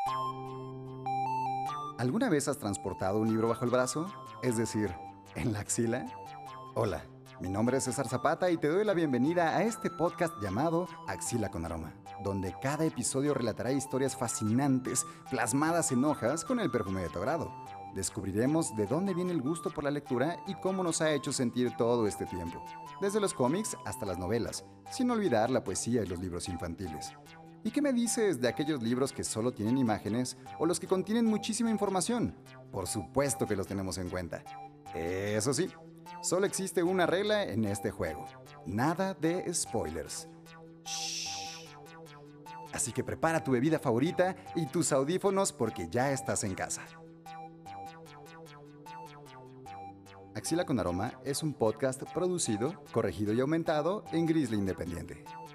¿Alguna vez has transportado un libro bajo el brazo? Es decir, ¿en la axila? Hola, mi nombre es César Zapata y te doy la bienvenida a este podcast llamado Axila con Aroma, donde cada episodio relatará historias fascinantes plasmadas en hojas con el perfume de tu agrado. Descubriremos de dónde viene el gusto por la lectura y cómo nos ha hecho sentir todo este tiempo, desde los cómics hasta las novelas, sin olvidar la poesía y los libros infantiles. ¿Y qué me dices de aquellos libros que solo tienen imágenes o los que contienen muchísima información? Por supuesto que los tenemos en cuenta. Eso sí, solo existe una regla en este juego. Nada de spoilers. Shh. Así que prepara tu bebida favorita y tus audífonos porque ya estás en casa. Axila con Aroma es un podcast producido, corregido y aumentado en Grizzly Independiente.